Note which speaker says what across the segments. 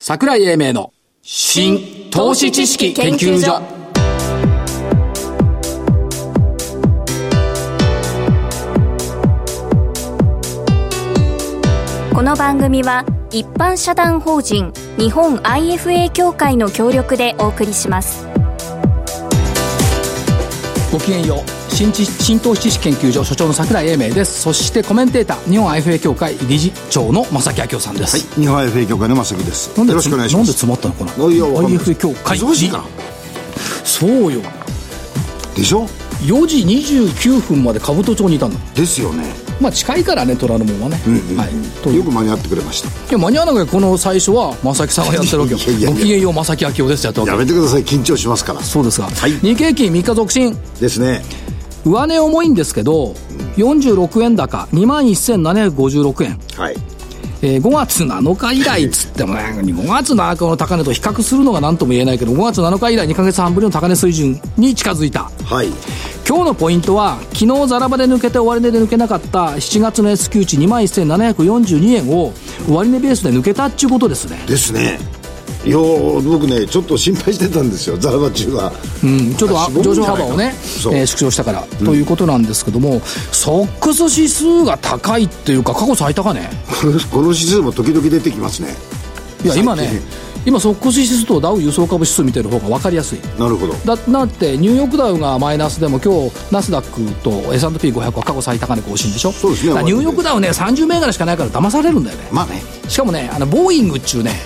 Speaker 1: 桜井英明の新投資知識研究所。
Speaker 2: この番組は一般社団法人日本 IFA 協会の協力でお送りします。
Speaker 1: ごきげんよう。新投資知識研究所所長の桜井英明です。そしてコメンテーター日本 IFA 協会理事長の正木明夫さんです。
Speaker 3: はい、日本 IFA 協会の正木です。よろしくお願いします。
Speaker 1: なんで詰まったのかな。 IFA 協会
Speaker 3: 忙しいから
Speaker 1: そうよ
Speaker 3: でしょ。
Speaker 1: 4時29分まで兜町にいたんだ。
Speaker 3: ですよね。
Speaker 1: まあ近いからね、虎ノ門はね、はい、
Speaker 3: よく間に合ってくれました。
Speaker 1: いや間に合わなきゃこの最初は正木さんがやってるわけよ。ごきげんよう正木明夫ですやったわけ。
Speaker 3: やめてください、緊張しますから。
Speaker 1: そうですが、
Speaker 3: はい、
Speaker 1: 日経金3日続伸
Speaker 3: ですね。
Speaker 1: 上値重いんですけど、46円高 21,756 円、
Speaker 3: はい、
Speaker 1: 5月7日以来つってもね、5月7日の高値と比較するのが何とも言えないけど、5月7日以来2ヶ月半ぶりの高値水準に近づいた。
Speaker 3: はい、
Speaker 1: 今日のポイントは昨日ザラバで抜けて終値で抜けなかった7月の S q 値 21,742 円を終値ベースで抜けたっていうことですね。
Speaker 3: ですね。いや僕ねちょっと心配してたんですよ、ザラバ中は、
Speaker 1: ちょっと上昇幅をね、縮小したから、ということなんですけども、ソックス指数が高いっていうか過去最高値
Speaker 3: この指数も時々出てきますね。
Speaker 1: いや今ソックス指数とダウ輸送株指数見てる方が分かりやすい。
Speaker 3: なるほど。
Speaker 1: だってニューヨークダウがマイナスでも今日ナスダックと S&P500 は過去最高値更新でしょ。
Speaker 3: そうですね。
Speaker 1: ニューヨークダウね30銘柄しかないから騙されるんだよね。
Speaker 3: まあね。
Speaker 1: しかもねボーイングっちゅうね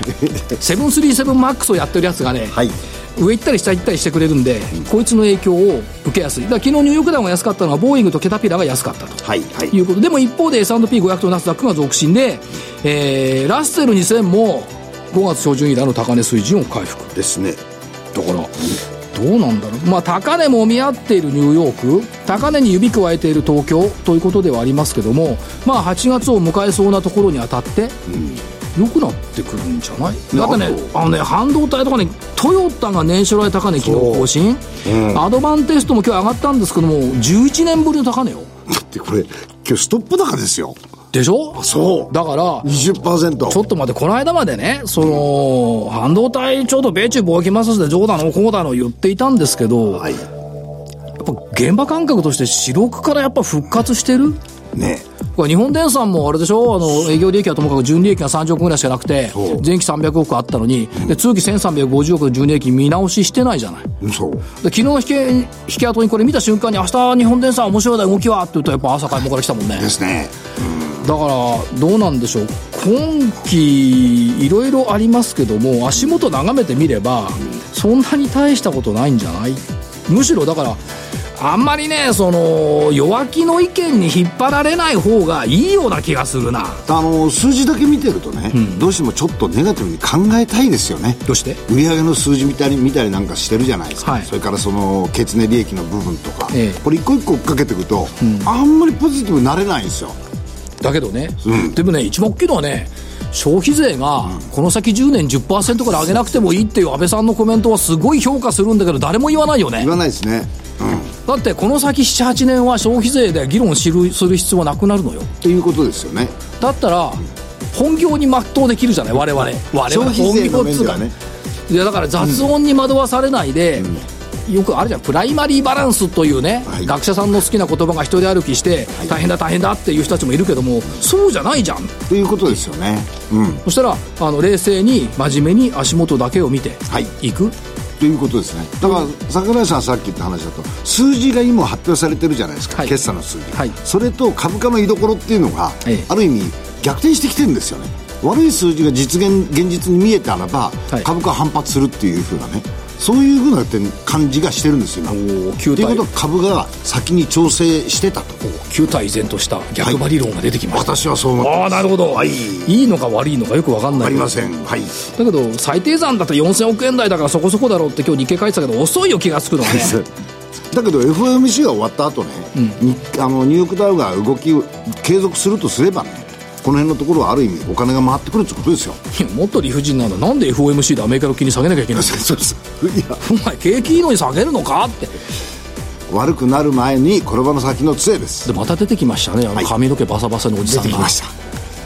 Speaker 1: 737マックスをやってるやつがね、はい、上行ったり下行ったりしてくれるんで、こいつの影響を受けやすい。だから昨日ニューヨークダウが安かったのはボーイングとケタピラが安かったと、はいはい、いうことでも一方で S&P500 とナスダックが続伸で、ラッセル2000も5月初旬以来の高値水準を回復
Speaker 3: ですね。
Speaker 1: だからどうなんだろう。まあ高値もみ合っているニューヨーク、高値に指加えている東京ということではありますけども、まあ8月を迎えそうなところにあたって、良くなってくるんじゃない。だってね、半導体とかね、トヨタが年初来高値昨日更新、アドバンテストも今日上がったんですけども11年ぶりの高値よ。
Speaker 3: だってこれ今日ストップ高ですよ。
Speaker 1: でしょ。
Speaker 3: そう
Speaker 1: だから
Speaker 3: 20%
Speaker 1: ちょっと待って、この間までね、その半導体ちょうど米中貿易摩擦でどうだのこうだの言っていたんですけど、はい、やっぱ現場感覚として四六からやっぱ復活してるね。これ日本電産もあれでしょ、営業利益はともかく純利益が30億ぐらいしかなくて前期300億あったのに、で通期1350億の純利益見直ししてないじゃない。そうで昨日の引き跡にこれ見た瞬間に明日日本電産面白いだ動きはって言うとやっぱ朝買いもから来たもんね。
Speaker 3: ですね。
Speaker 1: だからどうなんでしょう、今期いろいろありますけども足元眺めてみればそんなに大したことないんじゃない。むしろだからあんまりね、その弱気の意見に引っ張られない方がいいような気がするな。
Speaker 3: 数字だけ見てるとね、どうしてもちょっとネガティブに考えたいですよね。
Speaker 1: どうして
Speaker 3: 売上の数字見たりなんかしてるじゃないですか、はい、それからその決値利益の部分とか、これ一個一個追っかけていくと、あんまりポジティブになれないんですよ。
Speaker 1: だけどね、でもね一番大きいのはね、消費税がこの先10年 10% から上げなくてもいいっていう安倍さんのコメントはすごい評価するんだけど誰も言わないよね。
Speaker 3: 言わないですね、
Speaker 1: だってこの先 7,8 年は消費税で議論する必要はなくなるのよ
Speaker 3: っていうことですよね。
Speaker 1: だったら本業に全うできるじゃない。我々
Speaker 3: 消費税の面ではね。
Speaker 1: いやだから雑音に惑わされないで、よくあるじゃん、プライマリーバランスというね、はい、学者さんの好きな言葉が一人歩きして、はい、大変だ大変だっていう人たちもいるけども、そうじゃないじゃん
Speaker 3: ということですよね、
Speaker 1: そしたら冷静に真面目に足元だけを見ていく、
Speaker 3: ということですね。だから桜井さんさっき言った話だと数字が今発表されてるじゃないですか、決算の数字、それと株価の居所っていうのが、ある意味逆転してきてるんですよね。悪い数字が現実に見えたらば、株価反発するっていう風なね、そういう風な感じがしてるんですよ今。ということは株が先に調整してたと。
Speaker 1: 旧態依然とした逆張り論が出てきました、
Speaker 3: 私はそう思ってます。
Speaker 1: なるほど、いいのか悪いのかよく分かんない。
Speaker 3: 分かりません、だ
Speaker 1: けど最低算だと4000億円台だからそこそこだろうって今日日経書いてたけど遅いよ気がつくのはね
Speaker 3: だけど FOMC が終わった後ね、ニューヨークダウが動きを継続するとすればね、この辺のところはある意味お金が回ってくるってことですよ。
Speaker 1: もっと理不尽なんだ。なんで FOMC でアメリカの金利下げなきゃいけないんですかお前景気いいのに下げるのかって。
Speaker 3: 悪くなる前に転ばの先の杖です。
Speaker 1: でまた出てきましたね、髪の毛バサバサのおじさんが
Speaker 3: 出てきました。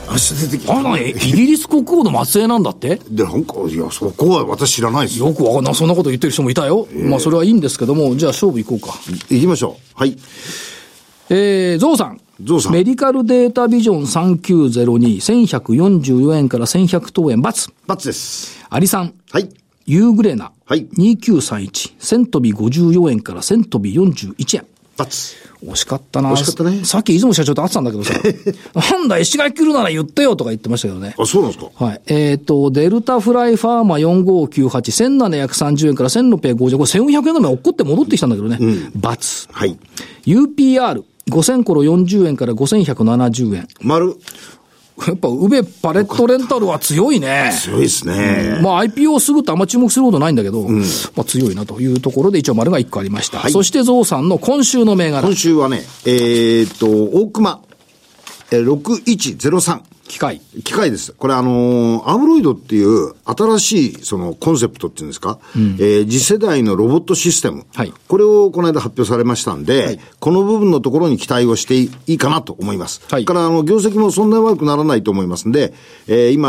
Speaker 3: 話出てきた。
Speaker 1: イギリス国王の末裔なんだって。
Speaker 3: で、なんか、いや、そこは私知らないですよ。
Speaker 1: よくわかんない。そんなこと言ってる人もいたよ。まあ、それはいいんですけども、じゃあ勝負行こうか。
Speaker 3: 行きましょう。はい。
Speaker 1: ゾウさん。メディカルデータビジョン3902、1144円から1100等円、
Speaker 3: ×です。
Speaker 1: アリさん。
Speaker 3: はい。
Speaker 1: ユーグレナ。
Speaker 3: はい。
Speaker 1: 2931、1000飛び54円から1000飛び41円。
Speaker 3: ×。
Speaker 1: 惜しかったな。
Speaker 3: 惜しかったね。
Speaker 1: さっき出雲社長と会ってたんだけどさ、なんだ、石垣来るなら言ってよとか言ってましたけどね。
Speaker 3: あ、そうなんですか。
Speaker 1: はい。デルタフライファーマ4598、1730円から1650円、これ1400円ぐらい落っこって戻ってきたんだけどね。×。
Speaker 3: はい。
Speaker 1: UPR。5000コロ40円から5170円。
Speaker 3: 丸。
Speaker 1: やっぱ、ウベパレットレンタルは強いね。
Speaker 3: 強いですね。
Speaker 1: まあ IPO すぐってあんま注目することないんだけど、まあ強いなというところで一応丸が1個ありました。はい、そしてゾウさんの今週の銘柄。
Speaker 3: 今週はね、大熊、6103。機械です。これアムロイドっていう新しいそのコンセプトっていうんですか、次世代のロボットシステム。はい、これをこの間発表されましたんで、はい、この部分のところに期待をしていいかなと思います。はい、から業績もそんなに悪くならないと思いますんで、今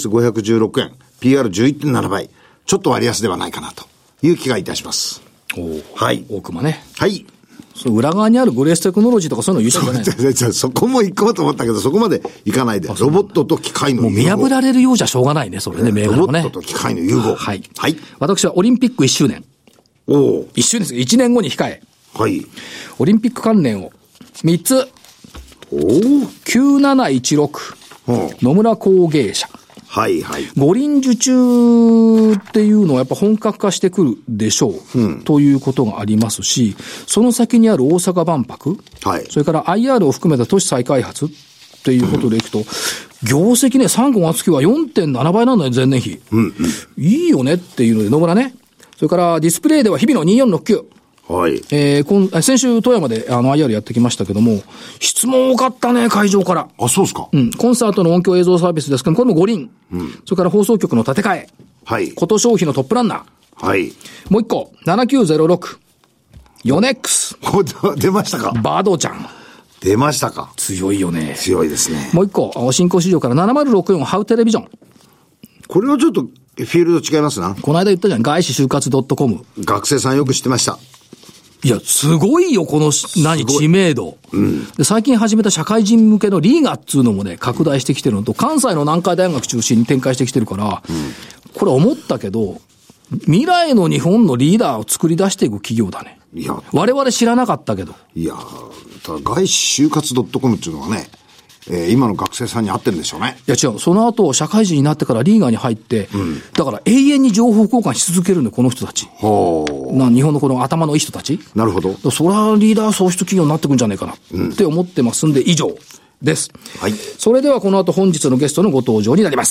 Speaker 3: EPS516 円、PR11.7 倍、ちょっと割安ではないかなという気がいたします。
Speaker 1: はい。大熊ね。
Speaker 3: はい。
Speaker 1: その裏側にあるグレーステクノロジーとかそういうの言う人じゃない
Speaker 3: そこも行こうと思ったけど、そこまで行かないで。ロボットと機械の融合。
Speaker 1: もう見破られるようじゃしょうがないね、それね、銘柄もね。
Speaker 3: ロボットと機械の融合。
Speaker 1: はい。はい。私はオリンピック1周年。1周年です1年後に控え。
Speaker 3: はい。
Speaker 1: オリンピック関連を3つ。9716。野村工芸社。
Speaker 3: はいはい。
Speaker 1: 五輪受注っていうのはやっぱ本格化してくるでしょう、ということがありますし、その先にある大阪万博、はい、それから IR を含めた都市再開発っていうことでいくと、業績ね、3、5月期は 4.7 倍なんだよ、前年比。いいよねっていうので、野村ね。それからディスプレイでは日々の2469。はい。先週富山でIR やってきましたけども、質問多かったね、会場から。
Speaker 3: あ、そうですか。
Speaker 1: コンサートの音響映像サービスですけども、これも五輪。それから放送局の建て替え。はい。こと消費のトップランナー。はい。もう一個、7906。ヨネックス。
Speaker 3: 出ましたか。
Speaker 1: バドちゃん。
Speaker 3: 出ましたか。
Speaker 1: 強いよね。
Speaker 3: 強いですね。
Speaker 1: もう一個、新興市場から7064ハウテレビジョン。
Speaker 3: これはちょっと、フィールド違いますな。
Speaker 1: この間言ったじゃん、外資就活 .com。
Speaker 3: 学生さんよく知ってました。
Speaker 1: いや、すごいよ、この、知名度。で、最近始めた社会人向けのリーガっていうのもね、拡大してきてるのと、関西の南海大学中心に展開してきてるから、これ思ったけど、未来の日本のリーダーを作り出していく企業だね。いや。我々知らなかったけど。
Speaker 3: いや、ただ外資就活 .com っていうのはね、今の学生さんに合ってるんでしょうね。
Speaker 1: いや違う。その後、社会人になってからリーガーに入って、だから永遠に情報交換し続けるんだよ、この人たち。日本のこの頭のいい人たち。
Speaker 3: なるほど。
Speaker 1: それはリーダー創出企業になってくんじゃないかな、って思ってますんで、以上です。はい。それではこの後本日のゲストのご登場になります。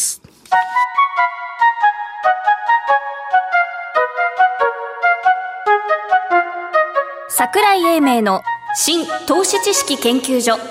Speaker 2: 櫻井英明の新投資知識研究所。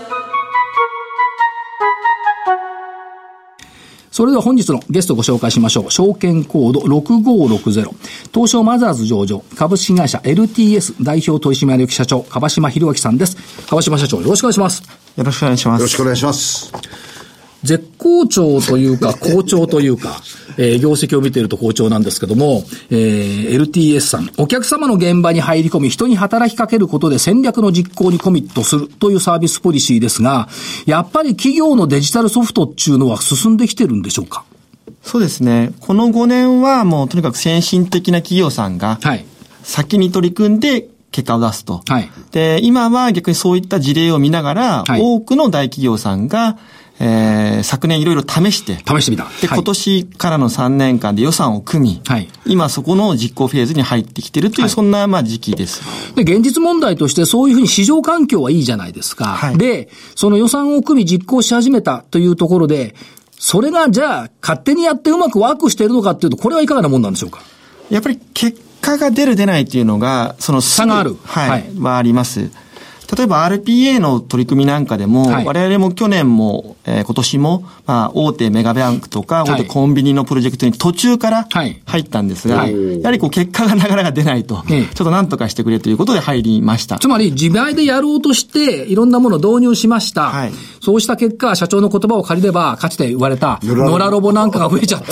Speaker 1: それでは本日のゲストをご紹介しましょう。証券コード6560。東証マザーズ上場、株式会社 LTS 代表取締役社長、樺島博明さんです。樺島社長、よろしくお願いします。
Speaker 4: よろしくお願いします。
Speaker 3: よろしくお願いします。
Speaker 1: 絶好調というか、好調というか、業績を見ていると好調なんですけども、LTS さん、お客様の現場に入り込み、人に働きかけることで戦略の実行にコミットするというサービスポリシーですが、やっぱり企業のデジタルソフトっていうのは進んできてるんでしょうか？
Speaker 4: そうですね。この5年はもうとにかく先進的な企業さんが、先に取り組んで、結果を出すと。はい。で、今は逆にそういった事例を見ながら、多くの大企業さんが、昨年いろいろ試して
Speaker 1: みた。
Speaker 4: で、今年からの3年間で予算を組み、今そこの実行フェーズに入ってきてるという、そんな時期です。
Speaker 1: で、現実問題としてそういうふうに市場環境はいいじゃないですか。で、その予算を組み実行し始めたというところで、それがじゃあ勝手にやってうまくワークしているのかっていうと、これはいかがなもんなんでしょうか？
Speaker 4: やっぱり結果が出る出ないっていうのが、その
Speaker 1: 差がある。
Speaker 4: はあります。 例えば RPA の取り組みなんかでも、我々も去年も、今年も、大手メガバンクとか、大手コンビニのプロジェクトに途中から入ったんですが、やはり結果がなかなか出ないと、ちょっと何とかしてくれということで入りました。
Speaker 1: つまり、自前でやろうとして、いろんなものを導入しました。そうした結果、社長の言葉を借りれば、かつて言われた、ノラロボなんかが増えちゃった。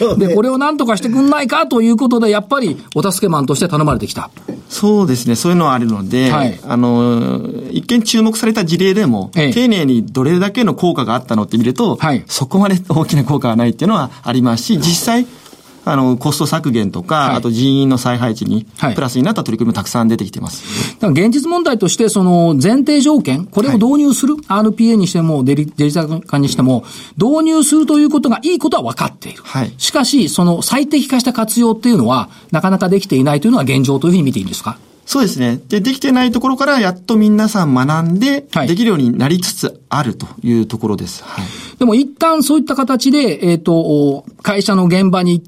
Speaker 1: で、これを何とかしてくんないかということで、やっぱり、お助けマンとして頼まれてきた。
Speaker 4: そうですね、そういうのはあるので、一見注目された事例でも、丁寧にどれだけの効果があったのって見ると、そこまで大きな効果がないっていうのはありますし、実際、コスト削減とか、あと人員の再配置に、プラスになった取り組みもたくさん出てきています。
Speaker 1: だから現実問題として、その前提条件、これを導入する、RPA にしてもデジタル化にしても、導入するということがいいことは分かっている。しかし、その最適化した活用っていうのは、なかなかできていないというのが現状というふうに見ていいんですか？
Speaker 4: そうですね。できてないところからやっと皆さん学んで、できるようになりつつあるというところです。
Speaker 1: でも一旦そういった形で、会社の現場に行って、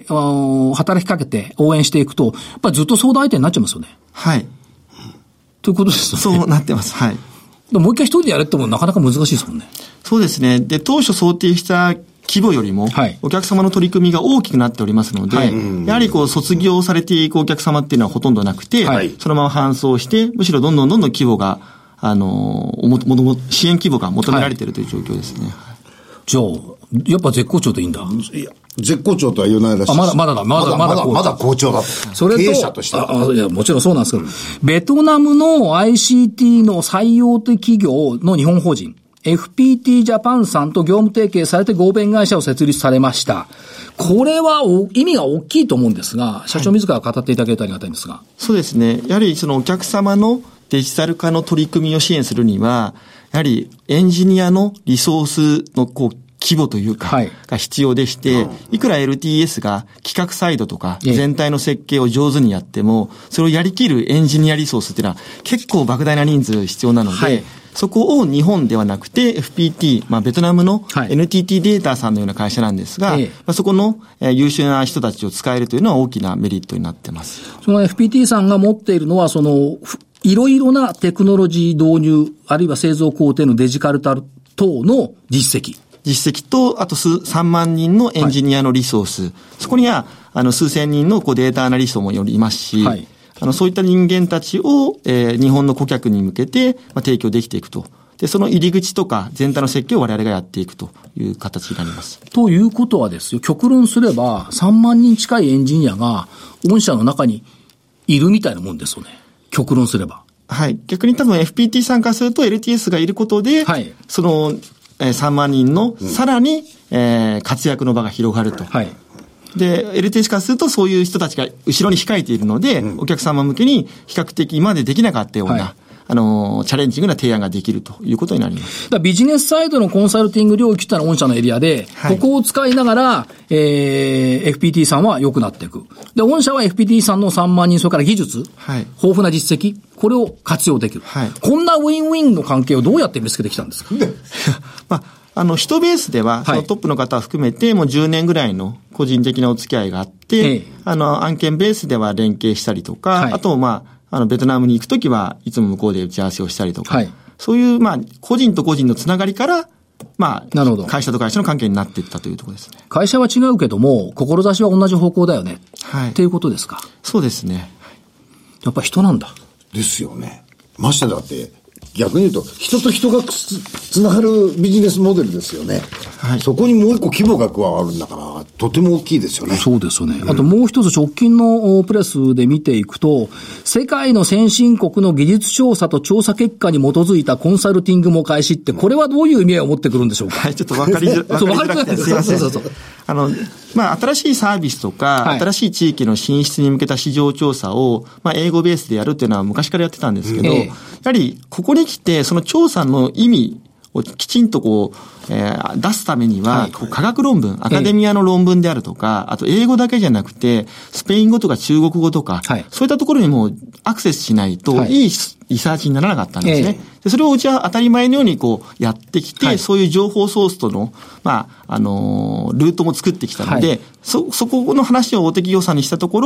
Speaker 1: 働きかけて応援していくと、やっぱりずっと相談相手になっちゃいますよね。ということですよね。
Speaker 4: そうなってます。
Speaker 1: でももう一回一人でやれってもなかなか難しいですもんね。
Speaker 4: そうですね。で、当初想定した規模よりも、お客様の取り組みが大きくなっておりますので、やはり卒業されていくお客様っていうのはほとんどなくて、そのまま搬送して、むしろどんどん規模が、支援規模が求められているという状況ですね。
Speaker 1: じゃあ、やっぱ絶好調でいいんだ。
Speaker 3: いや、絶好調とは言わないらしいです。
Speaker 1: まだ
Speaker 3: 好調だと。
Speaker 1: それと、経営者としてはいや、もちろんそうなんですけど、ベトナムの ICT の最大手企業の日本法人、FPT ジャパンさんと業務提携されて合弁会社を設立されました。これは意味が大きいと思うんですが、社長自ら語っていただけるとありがたいんですが。
Speaker 4: そうですね。やはりそのお客様のデジタル化の取り組みを支援するには、やはりエンジニアのリソースの規模というか、が必要でして、いくら LTS が企画サイドとか全体の設計を上手にやっても、それをやりきるエンジニアリソースっていうのは結構莫大な人数必要なので、そこを日本ではなくて FPT、ベトナムの NTT データさんのような会社なんですが、そこの優秀な人たちを使えるというのは大きなメリットになっています。
Speaker 1: その FPT さんが持っているのは、いろいろなテクノロジー導入、あるいは製造工程のデジタル等の実績
Speaker 4: と、あと3万人のエンジニアのリソース。そこには、数千人のデータアナリストもいますし、そういった人間たちを、日本の顧客に向けて、提供できていくと。で、その入り口とか全体の設計を我々がやっていくという形になります。
Speaker 1: ということはですよ、極論すれば3万人近いエンジニアが御社の中にいるみたいなもんですよね。極論すれば。
Speaker 4: 逆に多分 FPT さんからすると LTS がいることで、その、3万人のさらに、活躍の場が広がると。で、LTS からするとそういう人たちが後ろに控えているので、お客様向けに比較的今までできなかったような、チャレンジングな提案ができるということになります。
Speaker 1: ビジネスサイドのコンサルティング領域ってのは御社のエリアで、ここを使いながら、FPT さんは良くなっていく。で、御社は FPT さんの3万人、それから技術、豊富な実績、これを活用できる。こんなウィンウィンの関係をどうやって見つけてきたんですか？
Speaker 4: 人ベースでは、そのトップの方を含めて、もう10年ぐらいの個人的なお付き合いがあって、案件ベースでは連携したりとか、あと、ベトナムに行くときはいつも向こうで打ち合わせをしたりとか、そういう、個人と個人のつながりから、会社と会社の関係になっていったというところですね。
Speaker 1: 会社は違うけども、志は同じ方向だよね。っていうことですか。
Speaker 4: そうですね。
Speaker 1: やっぱ人なんだ。
Speaker 3: ですよね。ましてだって、逆に言うと、人と人がつながるビジネスモデルですよね。そこにもう一個規模が加わるんだから、とても大きいですよね。
Speaker 1: そうですよね。あともう一つ直近のプレスで見ていくと、世界の先進国の技術調査と調査結果に基づいたコンサルティングも開始って、これはどういう意味合いを持ってくるんでしょうか？
Speaker 4: ちょっと分かりづらくてすいません。新しいサービスとか、新しい地域の進出に向けた市場調査を、英語ベースでやるっていうのは昔からやってたんですけど、やはりここに来て、その調査の意味をきちんと出すためには、科学論文、アカデミアの論文であるとか、あと英語だけじゃなくて、スペイン語とか中国語とか、そういったところにもアクセスしないと、いいリサーチにならなかったんですね。でそれをうちは当たり前のようにやってきて、そういう情報ソースとの、ルートも作ってきたので、そこの話を大手企業さんにしたところ、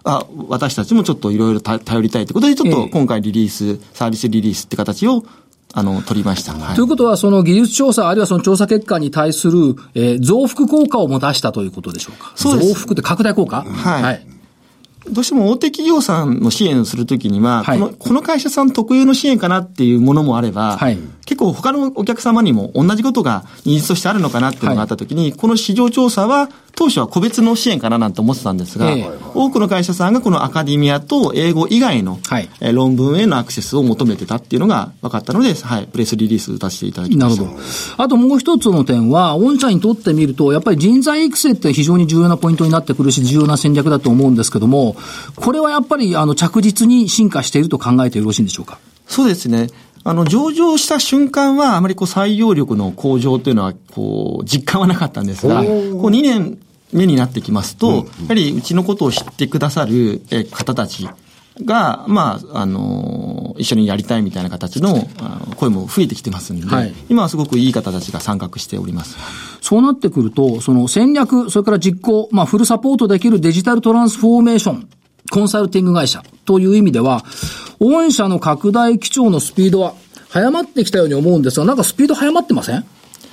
Speaker 4: 私たちもちょっといろいろ頼りたいということで、ちょっと今回サービスリリースって形を取りました。
Speaker 1: ということは、その技術調査、あるいはその調査結果に対する、増幅効果をもたしたということでしょうか。
Speaker 4: そうです。
Speaker 1: 増幅って拡大効果？
Speaker 4: はい。どうしても大手企業さんの支援をするときには、この会社さん特有の支援かなっていうものもあれば、結構他のお客様にも同じことがニーズとしてあるのかなっていうのがあったときに、この市場調査は当初は個別の支援かななんて思ってたんですが、多くの会社さんがこのアカデミアと英語以外の、論文へのアクセスを求めてたっていうのが分かったので、プレスリリース出していただきました。
Speaker 1: なるほど。あともう一つの点は、御社にとってみると、やっぱり人材育成って非常に重要なポイントになってくるし、重要な戦略だと思うんですけども、これはやっぱり着実に進化していると考えてよろしいんでしょうか？
Speaker 4: そうですね。上場した瞬間はあまり採用力の向上というのは実感はなかったんですが、2年目になってきますと、やはりうちのことを知ってくださる方たちが、一緒にやりたいみたいな形の声も増えてきてますんで、今はすごくいい方たちが参画しております。
Speaker 1: そうなってくると、その戦略、それから実行、フルサポートできるデジタルトランスフォーメーション、コンサルティング会社という意味では、御社の拡大基調のスピードは早まってきたように思うんですが、なんかスピード早まってません？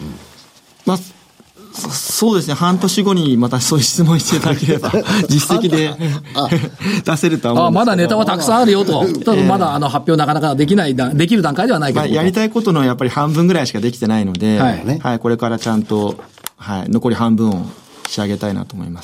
Speaker 4: そうですね。半年後にまたそういう質問していただければ、実績で出せるとは思うんですけど。
Speaker 1: まだネタはたくさんあるよと。ただまだ発表なかなかできる段階ではないけど。
Speaker 4: やりたいことのやっぱり半分ぐらいしかできてないので、これからちゃんと、残り半分を仕上げたいなと思います。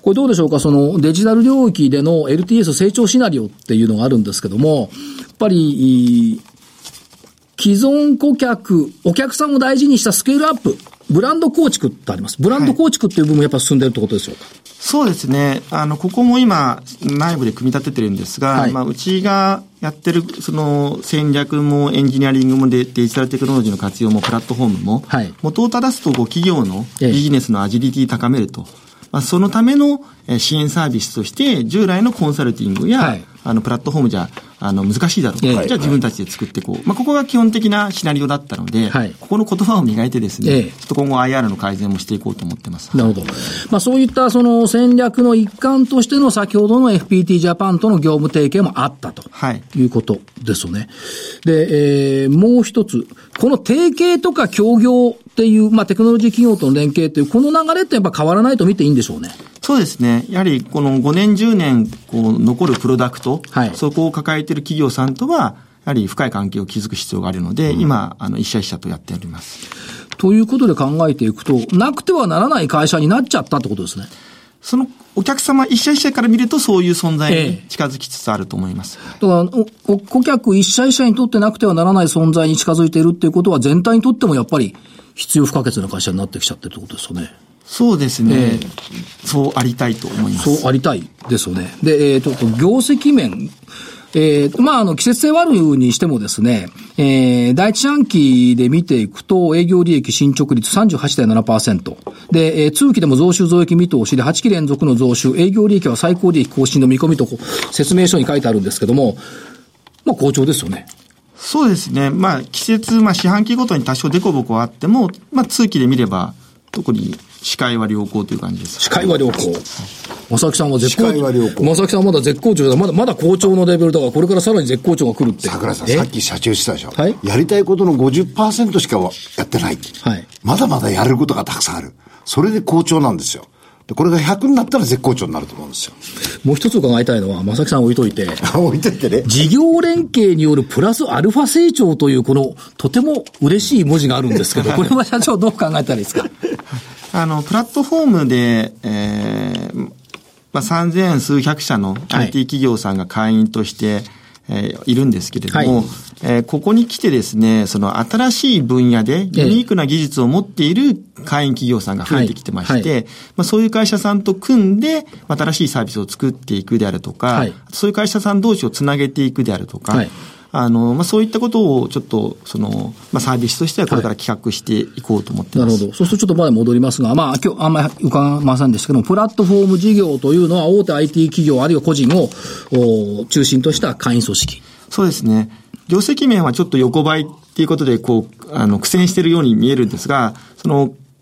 Speaker 1: これどうでしょうか、そのデジタル領域での LTS 成長シナリオっていうのがあるんですけども、やっぱり、既存顧客、お客さんを大事にしたスケールアップ、ブランド構築ってあります。ブランド構築っていう部分もやっぱ進んでるってことでしょうか？
Speaker 4: そうですね。ここも今、内部で組み立ててるんですが、うちがやってる、その戦略もエンジニアリングもデジタルテクノロジーの活用もプラットフォームも、元を正すと企業のビジネスのアジリティ高めると。そのための支援サービスとして、従来のコンサルティングや、プラットフォームじゃ、難しいだろうと。じゃあ自分たちで作っていこう。ここが基本的なシナリオだったので、ここの言葉を磨いてですね、ちょっと今後 IR の改善もしていこうと思ってます。
Speaker 1: なるほど。そういったその戦略の一環としての先ほどの FPT ジャパンとの業務提携もあったということですよね。で、もう一つ、この提携とか協業っていう、テクノロジー企業との連携っていう、この流れってやっぱ変わらないと見ていいんでしょうね。
Speaker 4: そうですね。やはりこの5年10年残るプロダクト、そこを抱えている企業さんとはやはり深い関係を築く必要があるので、今一社一社とやっております。
Speaker 1: ということで考えていくと、なくてはならない会社になっちゃったってことですね。
Speaker 4: そのお客様一社一社から見るとそういう存在に近づきつつあると思います。
Speaker 1: だから顧客一社一社にとってなくてはならない存在に近づいているっていうことは、全体にとってもやっぱり必要不可欠な会社になってきちゃってるってことですよね。
Speaker 4: そうですね。そうありたいと思います。
Speaker 1: そうありたいですよね。で、業績面。季節性悪にしてもですね、第一四半期で見ていくと、営業利益進捗率 38.7%。で、通期でも増収増益見通しで8期連続の増収、営業利益は最高利益更新の見込みと説明書に書いてあるんですけども、好調ですよね。
Speaker 4: そうですね。季節、四半期ごとに多少デコボコあっても、通期で見れば、特に視界は良好という感じです。
Speaker 1: 視界は良好。正木さんは絶好調。正木さんはまだ絶好調だ。まだ好調のレベルだから、これからさらに絶好調が来るって。
Speaker 3: 桜井さん、さっき社長したでしょ。やりたいことの 50% しかやってない。まだまだやることがたくさんある。それで好調なんですよ。で、これが100になったら絶好調になると思うんですよ。
Speaker 1: もう一つ伺いたいのは、正木さん置いといて。
Speaker 3: 置いといてね。
Speaker 1: 事業連携によるプラスアルファ成長という、この、とても嬉しい文字があるんですけど、これは社長どう考えたらいいですか？
Speaker 4: プラットフォームで、3000数百社の IT 企業さんが会員として、いるんですけれども、ここに来てですね、その新しい分野でユニークな技術を持っている会員企業さんが増えてきてまして、そういう会社さんと組んで新しいサービスを作っていくであるとか、そういう会社さん同士をつなげていくであるとか、そういったことをちょっと、サービスとしてはこれから企画していこうと思っています。
Speaker 1: なるほど。そうするとちょっと前戻りますが、今日あんまり伺いませんでしたけども、プラットフォーム事業というのは大手 IT 企業あるいは個人を中心とした会員組織。
Speaker 4: そうですね。業績面はちょっと横ばいっていうことで、苦戦しているように見えるんですが、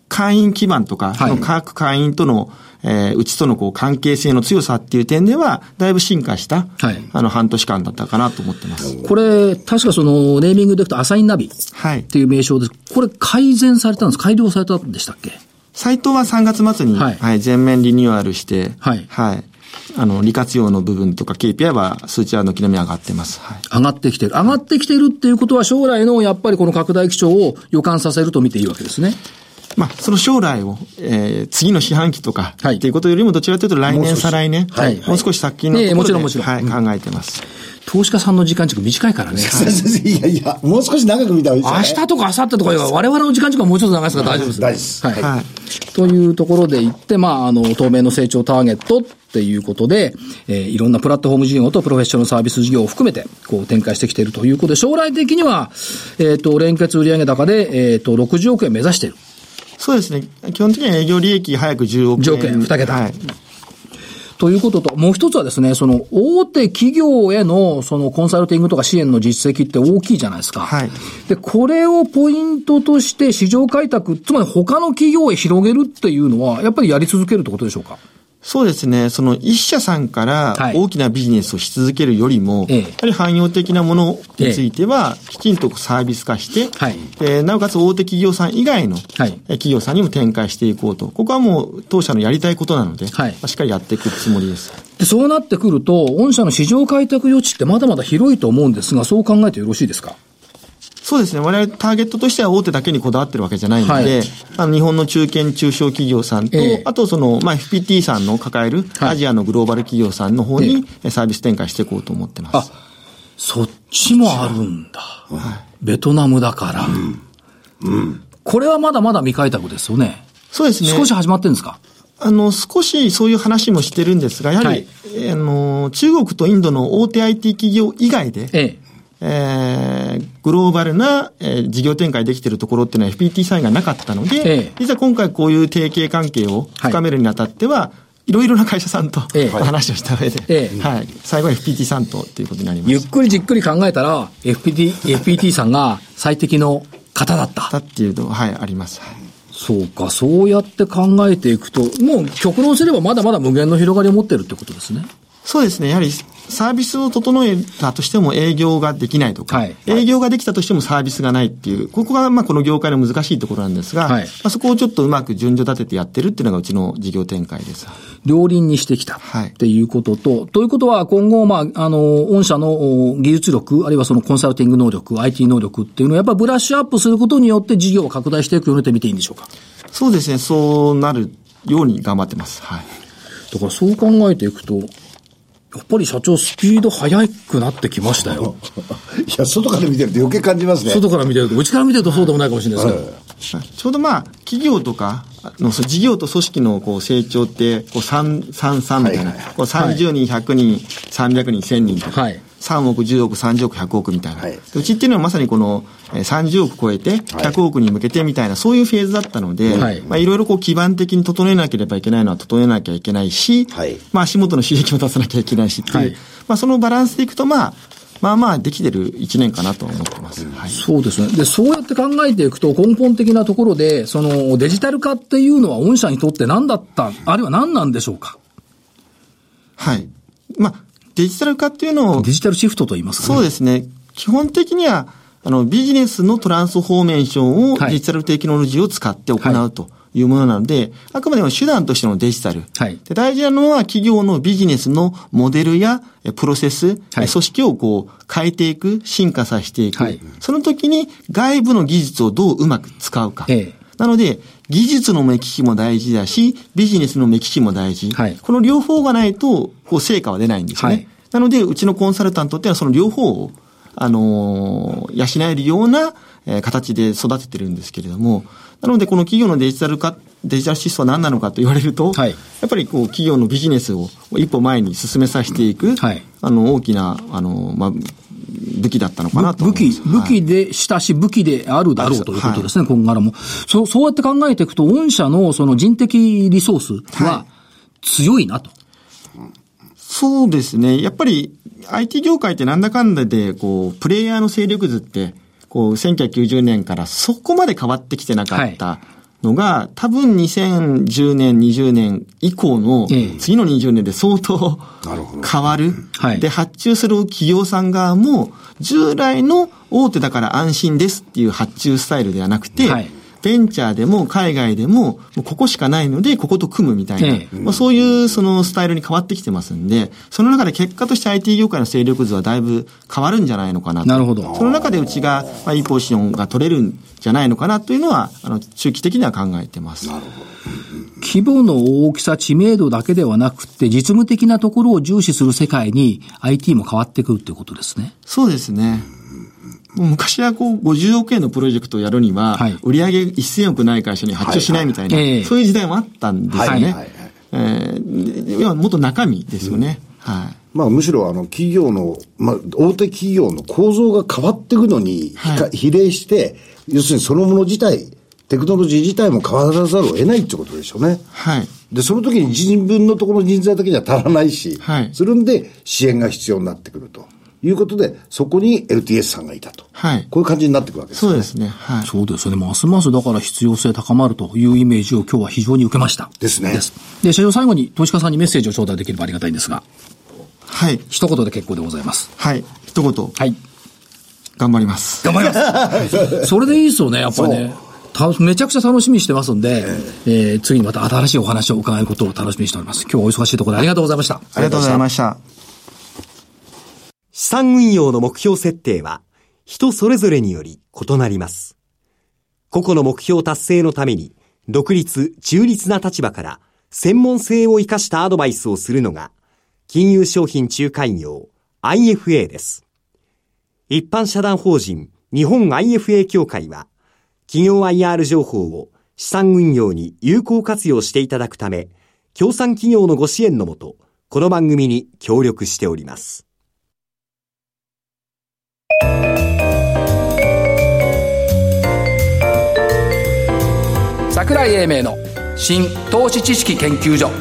Speaker 4: 会員基盤とか、その各会員との、うちとの関係性の強さっていう点では、だいぶ進化した、半年間だったかなと思ってます。
Speaker 1: これ、確かその、ネーミングでいくとアサインナビっていう名称です。これ改善されたんですか？改良されたんでしたっけ？
Speaker 4: サイトは3月末に、全面リニューアルして、利活用の部分とか KPI は数値は軒並み上がってます。
Speaker 1: 上がってきてる。上がってきてるっていうことは将来のやっぱりこの拡大基調を予感させると見ていいわけですね。
Speaker 4: その将来を、次の四半期とか、っていうことよりもどちらかというと来年、再来年、もう少し先のところで、
Speaker 1: もちろんもちろん、
Speaker 4: 考えてます。
Speaker 1: 投資家さんの時間軸短いからね。
Speaker 3: いや、もう少し長く見た方がいいです
Speaker 1: ね。明日とか明後日とか我々の時間軸はもうちょっと長いですから大丈夫です。
Speaker 3: 大丈夫
Speaker 1: です。というところで言って、当面の成長ターゲットっていうことで、いろんなプラットフォーム事業とプロフェッショナルサービス事業を含めて、展開してきているということで、将来的には、連結売上高で、60億円目指している。
Speaker 4: そうですね。基本的には営業利益早く10億円。
Speaker 1: 10億円、2桁。ということと、もう一つはですね、その大手企業へのそのコンサルティングとか支援の実績って大きいじゃないですか。で、これをポイントとして市場開拓、つまり他の企業へ広げるっていうのは、やっぱりやり続けるってことでしょうか？
Speaker 4: そうですね。その一社さんから大きなビジネスをし続けるよりも、やはり汎用的なものについては、きちんとサービス化して、なおかつ大手企業さん以外の企業さんにも展開していこうと。ここはもう当社のやりたいことなので、しっかりやっていくつもりです。
Speaker 1: で、そうなってくると、御社の市場開拓余地ってまだまだ広いと思うんですが、そう考えてよろしいですか？
Speaker 4: そうですね。我々ターゲットとしては大手だけにこだわってるわけじゃないので、日本の中堅中小企業さんと、あとFPT さんの抱えるアジアのグローバル企業さんの方にサービス展開していこうと思ってます。
Speaker 1: そっちもあるんだ。ベトナムだから。これはまだまだ未開拓ですよね。
Speaker 4: そうですね。
Speaker 1: 少し始まってるんですか？
Speaker 4: 少しそういう話もしてるんですが、やはり、中国とインドの大手 IT 企業以外で、グローバルな、事業展開できているところっていうのは FPT さんがなかったので、実は今回こういう提携関係を深めるにあたっては、いろいろな会社さんとお話をした上で、最後は FPT さんとっていうことになります。
Speaker 1: ゆっくりじっくり考えたら、FPT さんが最適の方だった。
Speaker 4: っていうと、あります。
Speaker 1: そうか、そうやって考えていくと、もう極論すればまだまだ無限の広がりを持ってるってことですね。
Speaker 4: そうですね。やはりサービスを整えたとしても営業ができないとか、営業ができたとしてもサービスがないっていう、ここがこの業界の難しいところなんですが、そこをちょっとうまく順序立ててやってるっていうのがうちの事業展開です。
Speaker 1: 両輪にしてきたっていうことと、ということは今後、御社の技術力、あるいはそのコンサルティング能力、IT 能力っていうのをやっぱりブラッシュアップすることによって事業を拡大していくように見ていいんでしょうか？
Speaker 4: そうですね。そうなるように頑張ってます。だ
Speaker 1: からそう考えていくと、やっぱり社長スピード速くなってきましたよ。
Speaker 3: いや、外から見てると余計感じますね。
Speaker 1: 外から見てると、うちから見てるとそうでもないかもしれないですけど。
Speaker 4: ちょうど企業とかの事業と組織の成長って333みたいな、30人、100人、300人、1000人とか、3億、10億、30億、100億みたいな、うちっていうのはまさにこの30億超えて100億に向けてみたいな、そういうフェーズだったので、いろいろ基盤的に整えなければいけないのは整えなきゃいけないし、足元の収益も出さなきゃいけないしっていう、そのバランスでいくとできてる1年かなと思ってます。
Speaker 1: そうですね。で、そうやって考えていくと根本的なところで、そのデジタル化っていうのは御社にとって何だった、あるいは何なんでしょうか？
Speaker 4: デジタル化っていうのを。
Speaker 1: デジタルシフトと言いますかね。
Speaker 4: そうですね。基本的には、ビジネスのトランスフォーメーションをデジタルテクノロジーを使って行うというものなので、あくまでも手段としてのデジタル。で、大事なのは企業のビジネスのモデルやプロセス、組織を変えていく、進化させていく。その時に外部の技術をどううまく使うか。なので、技術の目利きも大事だし、ビジネスの目利きも大事。この両方がないと、成果は出ないんですよね。なので、うちのコンサルタントっていうのはその両方を、養えるような、形で育ててるんですけれども、なので、この企業のデジタルシフトは何なのかと言われると、やっぱり企業のビジネスを一歩前に進めさせていく、大きな、武器だったのかなと思います。
Speaker 1: 武器でしたし、武器であるだろうということですね、今後からも。そうやって考えていくと、御社のその人的リソースは強いなと。
Speaker 4: そうですね。やっぱり IT 業界ってなんだかんだで、プレイヤーの勢力図って、1990年からそこまで変わってきてなかったのが、多分2010年、20年以降の、次の20年で相当変わる。で、発注する企業さん側も、従来の大手だから安心ですっていう発注スタイルではなくて、ベンチャーでも海外でも、ここしかないので、ここと組むみたいな、そういうそのスタイルに変わってきてますんで、その中で結果として IT 業界の勢力図はだいぶ変わるんじゃないのかなと。
Speaker 1: なるほど。
Speaker 4: その中でうちが、いいポジションが取れるんじゃないのかなというのは、中期的には考えてます。
Speaker 3: なるほど。
Speaker 1: 規模の大きさ、知名度だけではなくて、実務的なところを重視する世界に IT も変わってくるということですね。
Speaker 4: そうですね。昔は50億円のプロジェクトをやるには、売上1000億ない会社に発注しないみたいな、そういう時代もあったんですよね。もっと中身ですよね。
Speaker 3: むしろ企業の、大手企業の構造が変わっていくのに比例して、要するにそのもの自体、テクノロジー自体も変わらざるを得ないってことでしょうね。で、その時に自分のところの人材だけじゃ足らないし、するんで支援が必要になってくると。いうことで、そこに LTS さんがいたと。こういう感じになっていくわけですね。
Speaker 4: そうですね。
Speaker 1: そうですね。ますますだから必要性高まるというイメージを今日は非常に受けました。
Speaker 3: ですね。
Speaker 1: で、社長最後に投資家さんにメッセージを頂戴できればありがたいんですが。一言で結構でございます。
Speaker 4: 一言。頑張ります。
Speaker 1: 頑張ります。それでいいですよね、やっぱりね。めちゃくちゃ楽しみにしてますんで、次にまた新しいお話を伺えることを楽しみにしております。今日はお忙しいところでありがとうございました。
Speaker 4: ありがとうございました。
Speaker 5: 資産運用の目標設定は人それぞれにより異なります。個々の目標達成のために独立・中立な立場から専門性を生かしたアドバイスをするのが金融商品仲介業 IFA です。一般社団法人日本 IFA 協会は企業 IR 情報を資産運用に有効活用していただくため、協賛企業のご支援のもと、この番組に協力しております。
Speaker 1: 櫻井英明の新投資知識研究所。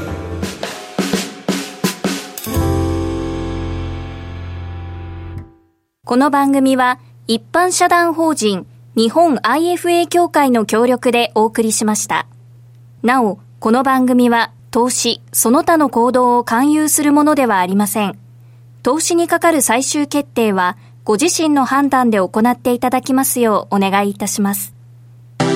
Speaker 2: この番組は一般社団法人日本 IFA 協会の協力でお送りしました。なお、この番組は投資その他の行動を勧誘するものではありません。投資にかかる最終決定はご自身の判断で行っていただきますようお願いいたします。
Speaker 1: や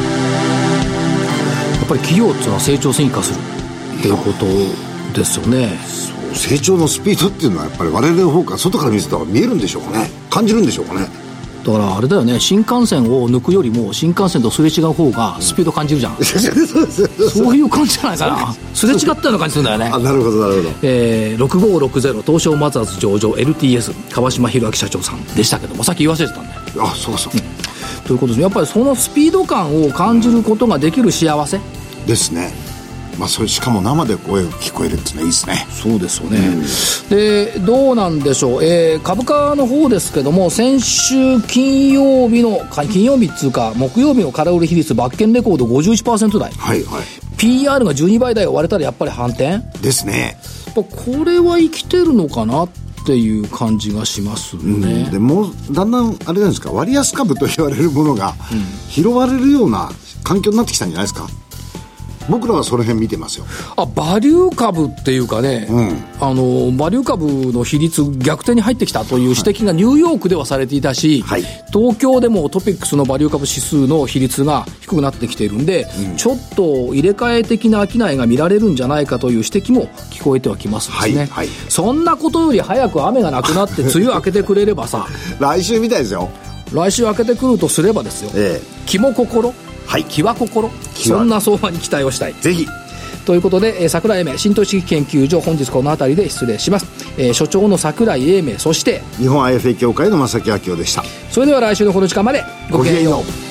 Speaker 1: っぱり企業っていうのは成長進化するっていうことですよね。
Speaker 3: 成長のスピードっていうのはやっぱり我々の方から外から見ると見えるんでしょうかね、感じるんでしょうかね。
Speaker 1: だからあれだよね、新幹線を抜くよりも新幹線とすれ違う方がスピード感じるじゃん、そういう感じじゃないかな。すれ違ったような感じするんだよね。
Speaker 3: なるほどなるほど。
Speaker 1: 6560東証マザーズ上場 LTS 川島弘明社長さんでしたけども、さっき言わせてたんだよ。
Speaker 3: そうそう、
Speaker 1: ということですね。やっぱりそのスピード感を感じることができる幸せ
Speaker 3: ですね。それしかも生で声が聞こえるっていうのはいいですね。
Speaker 1: そうですよね、でどうなんでしょう、株価の方ですけども、先週金曜日っていうか木曜日の空売り比率バッケンレコード 51% 台、PR が12倍台を割れたらやっぱり反転
Speaker 3: ですね。
Speaker 1: これは生きてるのかなっていう感じがしますね、
Speaker 3: でもうだんだんあれなんですか、割安株と言われるものが拾われるような環境になってきたんじゃないですか。僕らはその辺見てますよ。
Speaker 1: バリュー株っていうかね、バリュー株の比率逆転に入ってきたという指摘がニューヨークではされていたし、東京でもトピックスのバリュー株指数の比率が低くなってきているんで、ちょっと入れ替え的な商いが見られるんじゃないかという指摘も聞こえてはきますですね、そんなことより早く雨がなくなって梅雨明けてくれればさ
Speaker 3: 来週みたいですよ。
Speaker 1: 来週明けてくるとすればですよ、気も心気は心、そんな相場に期待をしたい。
Speaker 3: ぜひ
Speaker 1: ということで、櫻井英明新投資知識研究所、本日この辺りで失礼します。所長の櫻井英明、そして
Speaker 3: 日本 IFA 協会の正木明夫でした。
Speaker 1: それでは来週のこの時間までごきげんよう。